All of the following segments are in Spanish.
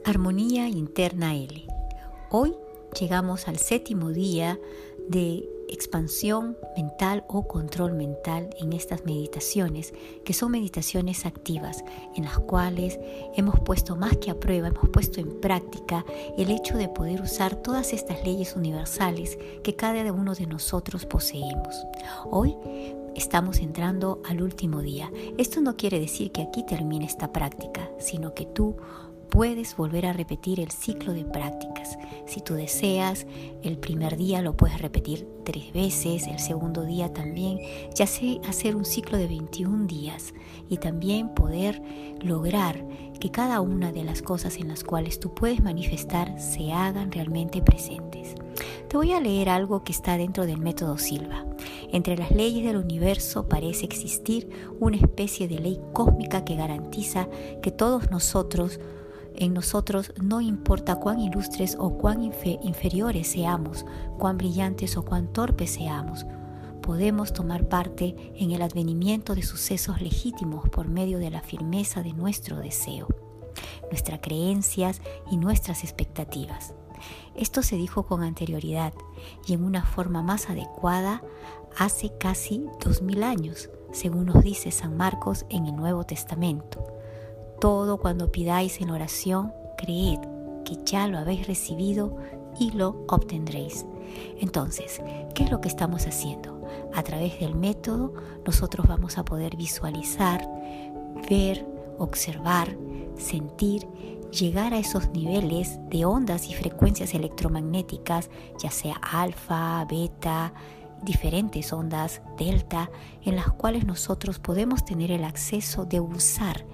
Armonía Interna L. Hoy llegamos al 7º día de expansión mental o control mental en estas meditaciones, que son meditaciones activas, en las cuales hemos puesto más que a prueba, hemos puesto en práctica el hecho de poder usar todas estas leyes universales que cada uno de nosotros poseemos. Hoy estamos entrando al último día. Esto no quiere decir que aquí termine esta práctica, sino que tú puedes volver a repetir el ciclo de prácticas. Si tú deseas, el primer día lo puedes repetir 3 veces, el segundo día también, ya sé, hacer un ciclo de 21 días y también poder lograr que cada una de las cosas en las cuales tú puedes manifestar se hagan realmente presentes. Te voy a leer algo que está dentro del método Silva. Entre las leyes del universo parece existir una especie de ley cósmica que garantiza que todos nosotros, no importa cuán ilustres o cuán inferiores seamos, cuán brillantes o cuán torpes seamos, podemos tomar parte en el advenimiento de sucesos legítimos por medio de la firmeza de nuestro deseo, nuestras creencias y nuestras expectativas. Esto se dijo con anterioridad y en una forma más adecuada hace casi 2000 años, según nos dice San Marcos en el Nuevo Testamento. Todo cuando pidáis en oración, creed que ya lo habéis recibido y lo obtendréis. Entonces, ¿qué es lo que estamos haciendo? A través del método, nosotros vamos a poder visualizar, ver, observar, sentir, llegar a esos niveles de ondas y frecuencias electromagnéticas, ya sea alfa, beta, diferentes ondas, delta, en las cuales nosotros podemos tener el acceso de usar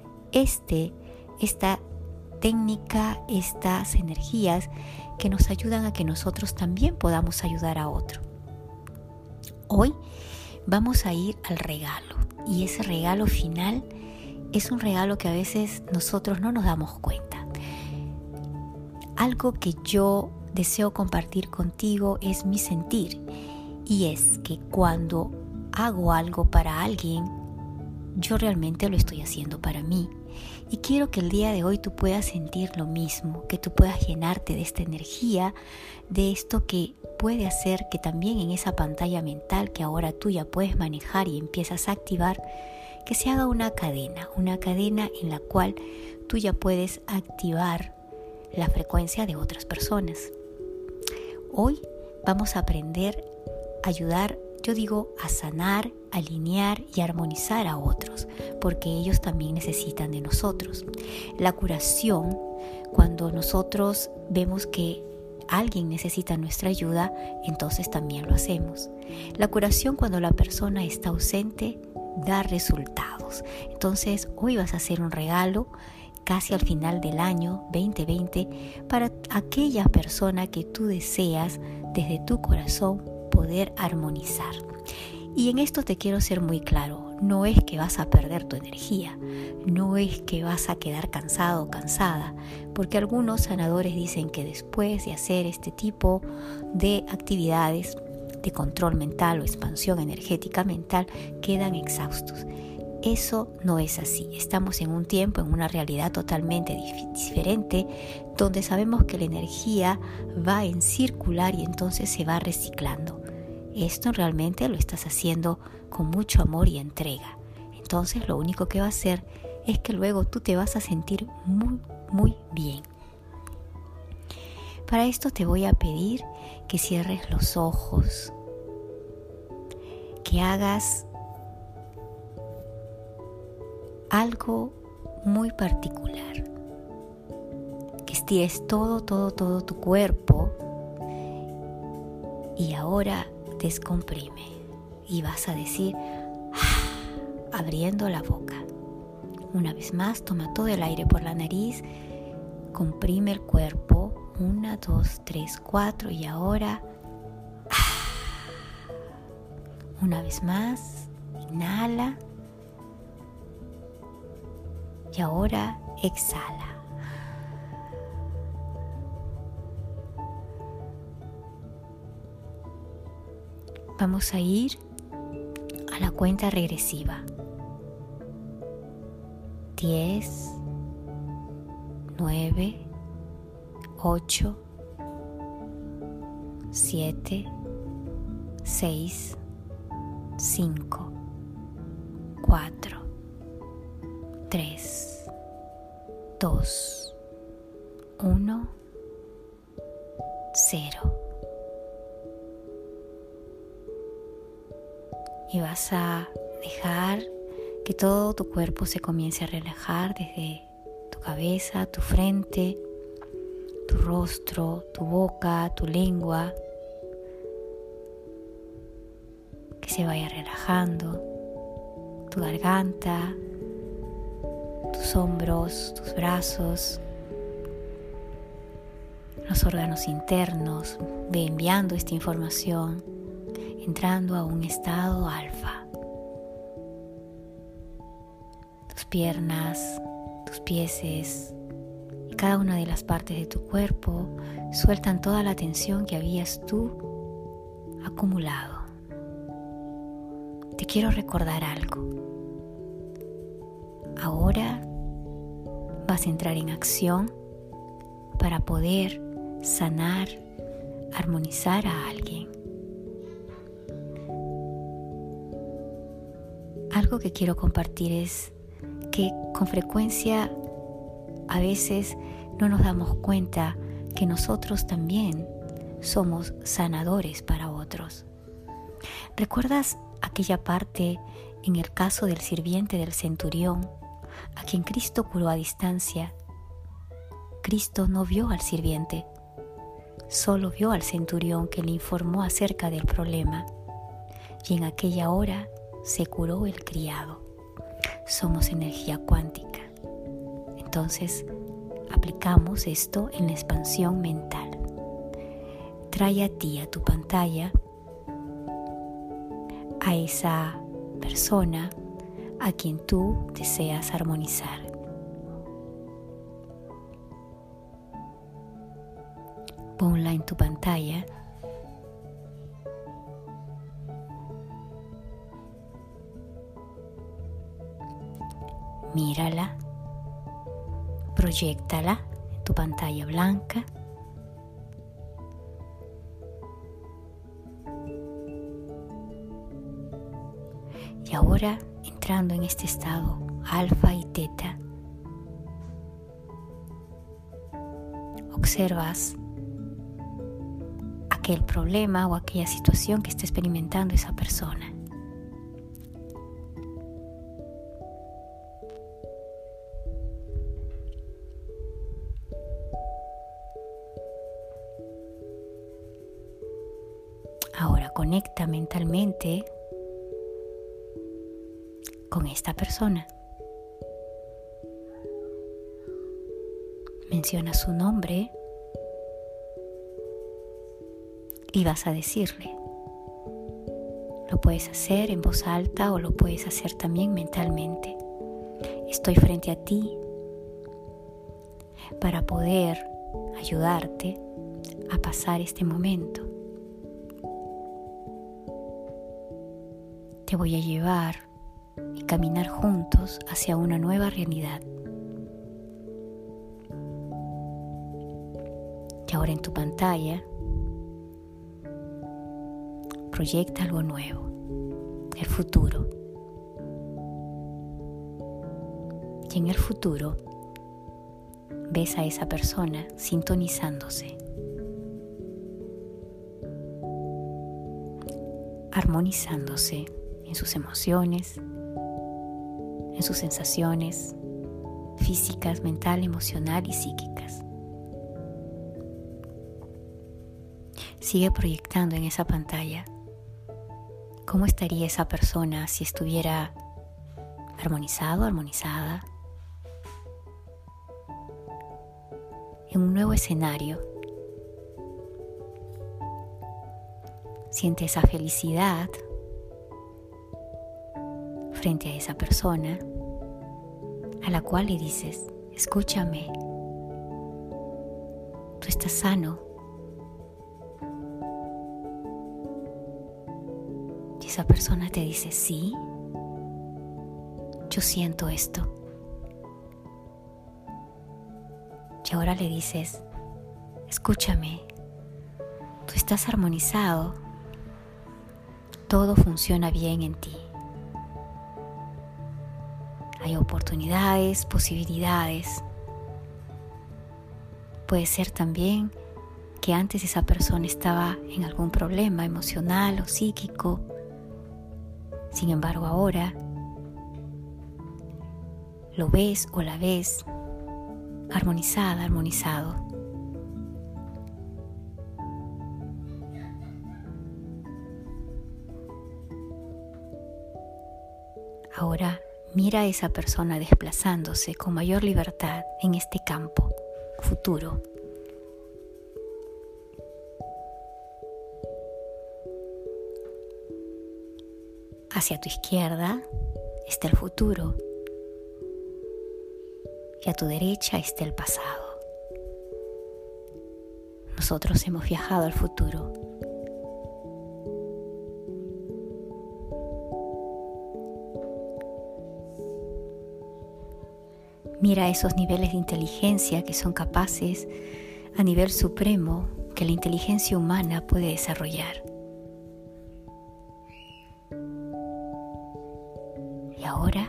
esta técnica, estas energías que nos ayudan a que nosotros también podamos ayudar a otro. Hoy vamos a ir al regalo, y ese regalo final es un regalo que a veces nosotros no nos damos cuenta. Algo que yo deseo compartir contigo es mi sentir, y es que cuando hago algo para alguien, yo realmente lo estoy haciendo para mí. Y quiero que el día de hoy tú puedas sentir lo mismo, que tú puedas llenarte de esta energía, de esto que puede hacer que también en esa pantalla mental que ahora tú ya puedes manejar y empiezas a activar, que se haga una cadena en la cual tú ya puedes activar la frecuencia de otras personas. Hoy vamos a aprender a ayudar, a sanar, alinear y armonizar a otros, porque ellos también necesitan de nosotros. La curación, cuando nosotros vemos que alguien necesita nuestra ayuda, entonces también lo hacemos. La curación, cuando la persona está ausente, da resultados. Entonces, hoy vas a hacer un regalo casi al final del año 2020 para aquella persona que tú deseas desde tu corazón poder armonizar. Y en esto te quiero ser muy claro, no es que vas a perder tu energía, no es que vas a quedar cansado o cansada, porque algunos sanadores dicen que después de hacer este tipo de actividades de control mental o expansión energética mental, quedan exhaustos. Eso no es así. Estamos en un tiempo, en una realidad totalmente diferente, donde sabemos que la energía va en circular y entonces se va reciclando. Esto realmente lo estás haciendo con mucho amor y entrega. Entonces lo único que va a hacer es que luego tú te vas a sentir muy, muy bien. Para esto te voy a pedir que cierres los ojos, que hagas algo muy particular, que estires todo tu cuerpo y ahora descomprime y vas a decir abriendo la boca. Una vez más, toma todo el aire por la nariz, comprime el cuerpo, 1, 2, 3, 4 y ahora una vez más, inhala y ahora exhala. Vamos a ir a la cuenta regresiva. 10, 9, 8, 7, 6, 5, 4, 3, 2, 1, 0. Y vas a dejar que todo tu cuerpo se comience a relajar desde tu cabeza, tu frente, tu rostro, tu boca, tu lengua, que se vaya relajando, tu garganta, tus hombros, tus brazos, los órganos internos. Ve enviando esta información, entrando a un estado alfa. Tus piernas, tus pies y cada una de las partes de tu cuerpo sueltan toda la tensión que habías tú acumulado. Te quiero recordar algo. Ahora vas a entrar en acción para poder sanar, armonizar a alguien. Algo que quiero compartir es que con frecuencia a veces no nos damos cuenta que nosotros también somos sanadores para otros. ¿Recuerdas aquella parte en el caso del sirviente del centurión, a quien Cristo curó a distancia? Cristo no vio al sirviente, solo vio al centurión, que le informó acerca del problema, y en aquella hora se curó el criado. Somos energía cuántica. Entonces, aplicamos esto en la expansión mental. Trae a ti, a tu pantalla, a esa persona a quien tú deseas armonizar. Ponla en tu pantalla. Mírala, proyéctala en tu pantalla blanca. Y ahora, entrando en este estado alfa y teta, observas aquel problema o aquella situación que está experimentando esa persona. Ahora conecta mentalmente con esta persona. Menciona su nombre y vas a decirle. Lo puedes hacer en voz alta o lo puedes hacer también mentalmente. Estoy frente a ti para poder ayudarte a pasar este momento. Te voy a llevar y caminar juntos hacia una nueva realidad. Y ahora en tu pantalla proyecta algo nuevo, el futuro. Y en el futuro ves a esa persona sintonizándose, armonizándose en sus emociones, en sus sensaciones físicas, mental, emocional y psíquicas. Sigue proyectando en esa pantalla cómo estaría esa persona si estuviera armonizado, armonizada, en un nuevo escenario. Siente esa felicidad frente a esa persona a la cual le dices: escúchame, tú estás sano. Y esa persona te dice: sí, yo siento esto. Y ahora le dices, escúchame, tú estás armonizado, todo funciona bien en ti. Hay oportunidades, posibilidades. Puede ser también que antes esa persona estaba en algún problema emocional o psíquico. Sin embargo, ahora lo ves o la ves armonizada, armonizado. Ahora mira a esa persona desplazándose con mayor libertad en este campo futuro. Hacia tu izquierda está el futuro y a tu derecha está el pasado. Nosotros hemos viajado al futuro. Mira esos niveles de inteligencia que son capaces a nivel supremo que la inteligencia humana puede desarrollar. Y ahora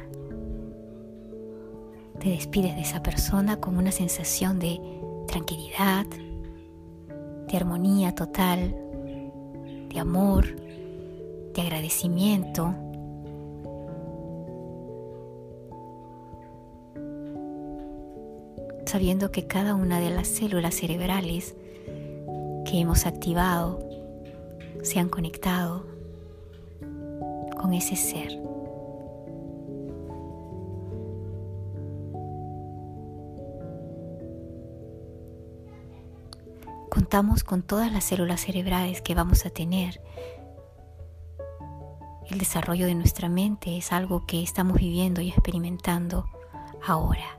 te despides de esa persona con una sensación de tranquilidad, de armonía total, de amor, de agradecimiento. Sabiendo que cada una de las células cerebrales que hemos activado se han conectado con ese ser. Contamos con todas las células cerebrales que vamos a tener. El desarrollo de nuestra mente es algo que estamos viviendo y experimentando ahora.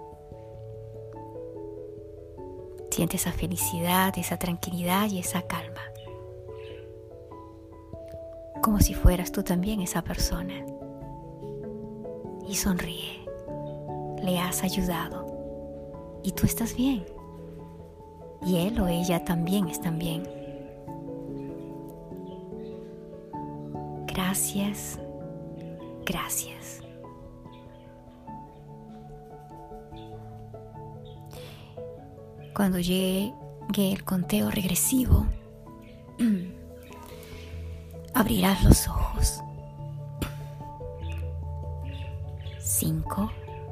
Siente esa felicidad, esa tranquilidad y esa calma. Como si fueras tú también esa persona. Y sonríe. Le has ayudado. Y tú estás bien. Y él o ella también están bien. Gracias. Gracias. Cuando llegue el conteo regresivo, abrirás los ojos. 5,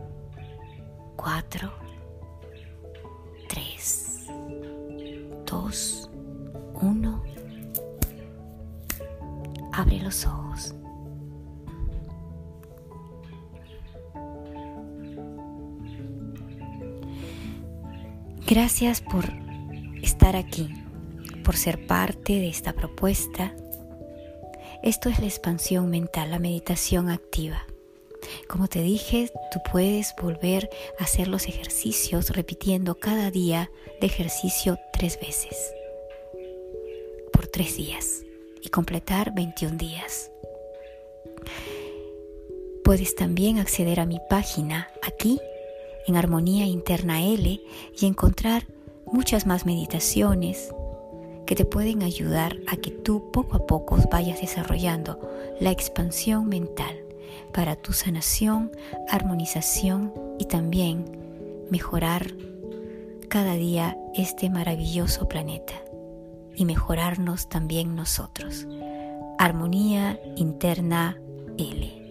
4, 3, 2, 1. Abre los ojos. Gracias por estar aquí, por ser parte de esta propuesta. Esto es la expansión mental, la meditación activa. Como te dije, tú puedes volver a hacer los ejercicios repitiendo cada día de ejercicio 3 veces, por 3 días y completar 21 días. Puedes también acceder a mi página aquí en Armonía Interna L y encontrar muchas más meditaciones que te pueden ayudar a que tú poco a poco vayas desarrollando la expansión mental para tu sanación, armonización y también mejorar cada día este maravilloso planeta y mejorarnos también nosotros. Armonía Interna L.